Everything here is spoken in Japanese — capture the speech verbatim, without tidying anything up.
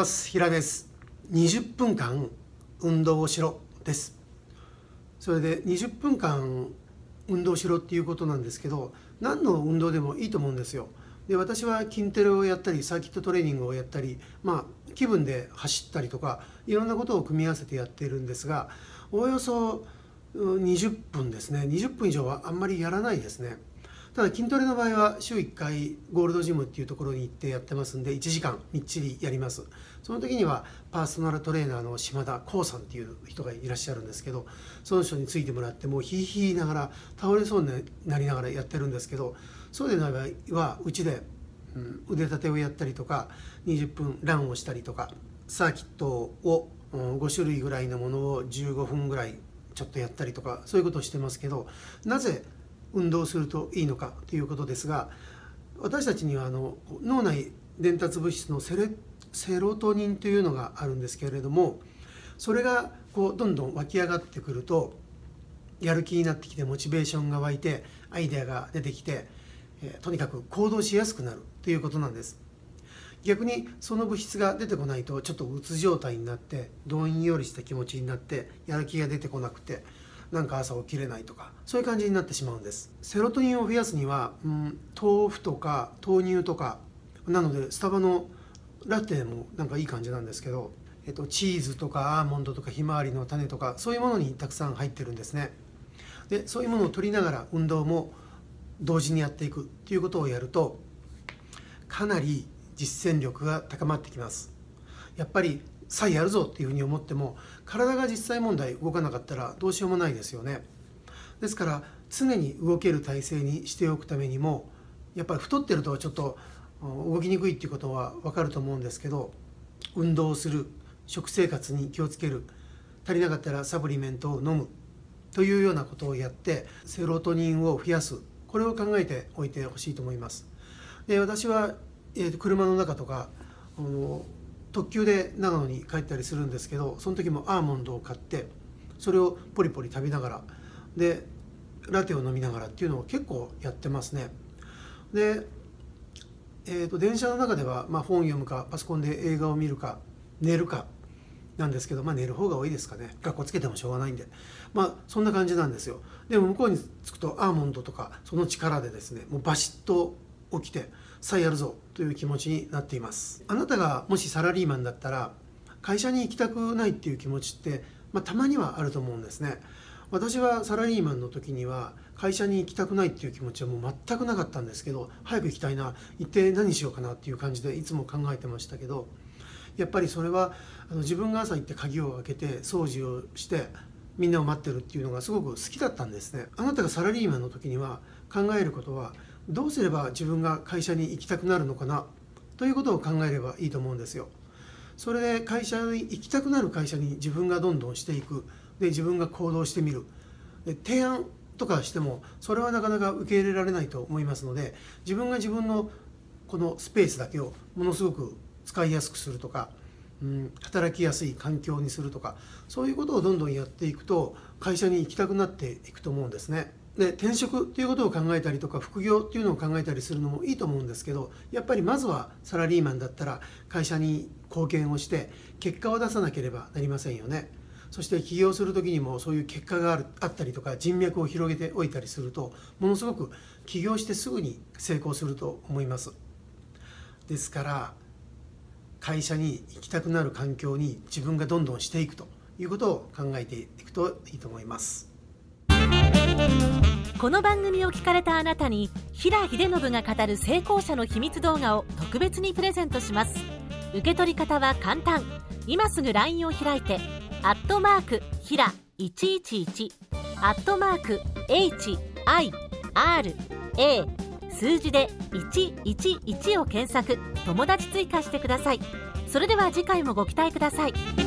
ます。平です。にじゅっぷんかん運動をしろです。それでにじゅっぷんかん運動しろっていうことなんですけど、何の運動でもいいと思うんですよ。で私は筋トレをやったりサーキットトレーニングをやったり、まあ気分で走ったりとかいろんなことを組み合わせてやっているんですが、おおよそにじゅっぷんですね。にじゅっぷん以上はあんまりやらないですね。ただ筋トレの場合は週いっかいゴールドジムっていうところに行ってやってますんで、いちじかんみっちりやります。その時にはパーソナルトレーナーの島田光さんっていう人がいらっしゃるんですけど、その人についてもらってもうヒーヒー言いながら倒れそうになりながらやってるんですけど、そうでない場合はうちで、うん、腕立てをやったりとかにじゅっぷんランをしたりとか、サーキットをごしゅるいぐらいのものをじゅうごふんぐらいちょっとやったりとか、そういうことをしてますけど、なぜ運動するといいのかということですが、私たちにはあの脳内伝達物質のセレセロトニンというのがあるんですけれども、それがこうどんどん湧き上がってくるとやる気になってきて、モチベーションが湧いてアイデアが出てきて、えー、とにかく行動しやすくなるということなんです。逆にその物質が出てこないとちょっとうつ状態になって、どんよりした気持ちになってやる気が出てこなくて、なんか朝起きれないとか、そういう感じになってしまうんです。セロトニンを増やすには、うん、豆腐とか豆乳とかなので、スタバのラテもなんかいい感じなんですけど、えっと、チーズとかアーモンドとかひまわりの種とか、そういうものにたくさん入ってるんですね。でそういうものを取りながら運動も同時にやっていくっていうことをやると、かなり実践力が高まってきます。やっぱりさあやるぞっていうふうに思っても、体が実際問題動かなかったらどうしようもないですよね。ですから常に動ける体制にしておくためにも、やっぱり太ってるとちょっと動きにくいっていうことは分かると思うんですけど、運動する、食生活に気をつける、足りなかったらサプリメントを飲むというようなことをやってセロトニンを増やす、これを考えておいてほしいと思います。で私は、えー、車の中とかあの特急で長野に帰ったりするんですけど、その時もアーモンドを買ってそれをポリポリ食べながら、でラテを飲みながらっていうのを結構やってますね。で、えー、と電車の中では、まあ、本を読むかパソコンで映画を見るか寝るかなんですけど、まあ、寝る方が多いですかね。学校つけてもしょうがないんで、まあそんな感じなんですよ。でも向こうに着くとアーモンドとかその力でですね、もうバシッと起きてさあやるぞという気持ちになっています。あなたがもしサラリーマンだったら、会社に行きたくないっていう気持ちって、まあ、たまにはあると思うんですね。私はサラリーマンの時には会社に行きたくないっていう気持ちはもう全くなかったんですけど、早く行きたいな、行って何しようかなっていう感じでいつも考えてましたけど、やっぱりそれはあの自分が朝行って鍵を開けて掃除をしてみんなを待ってるっていうのがすごく好きだったんですね。あなたがサラリーマンの時には考えることは、どうすれば自分が会社に行きたくなるのかなということを考えればいいと思うんですよ。それで会社に行きたくなる会社に自分がどんどんしていく。で自分が行動してみる。で提案とかしてもそれはなかなか受け入れられないと思いますので、自分が自分のこのスペースだけをものすごく使いやすくするとか、うん、働きやすい環境にするとか、そういうことをどんどんやっていくと会社に行きたくなっていくと思うんですね。で転職っていうことを考えたりとか、副業っていうのを考えたりするのもいいと思うんですけど、やっぱりまずはサラリーマンだったら会社に貢献をして結果を出さなければなりませんよね。そして起業する時にもそういう結果があるあったりとか、人脈を広げておいたりすると、ものすごく起業してすぐに成功すると思います。ですから会社に行きたくなる環境に自分がどんどんしていくということを考えていくといいと思います。 この番組を聞かれたあなたに、平秀信が語る成功者の秘密動画を特別にプレゼントします。受け取り方は簡単。今すぐ ライン を開いてアットマークひらいちいちいちアットマーク エイチアイアールエー 数字でいちいちいちを検索、友達追加してください。それでは次回もご期待ください。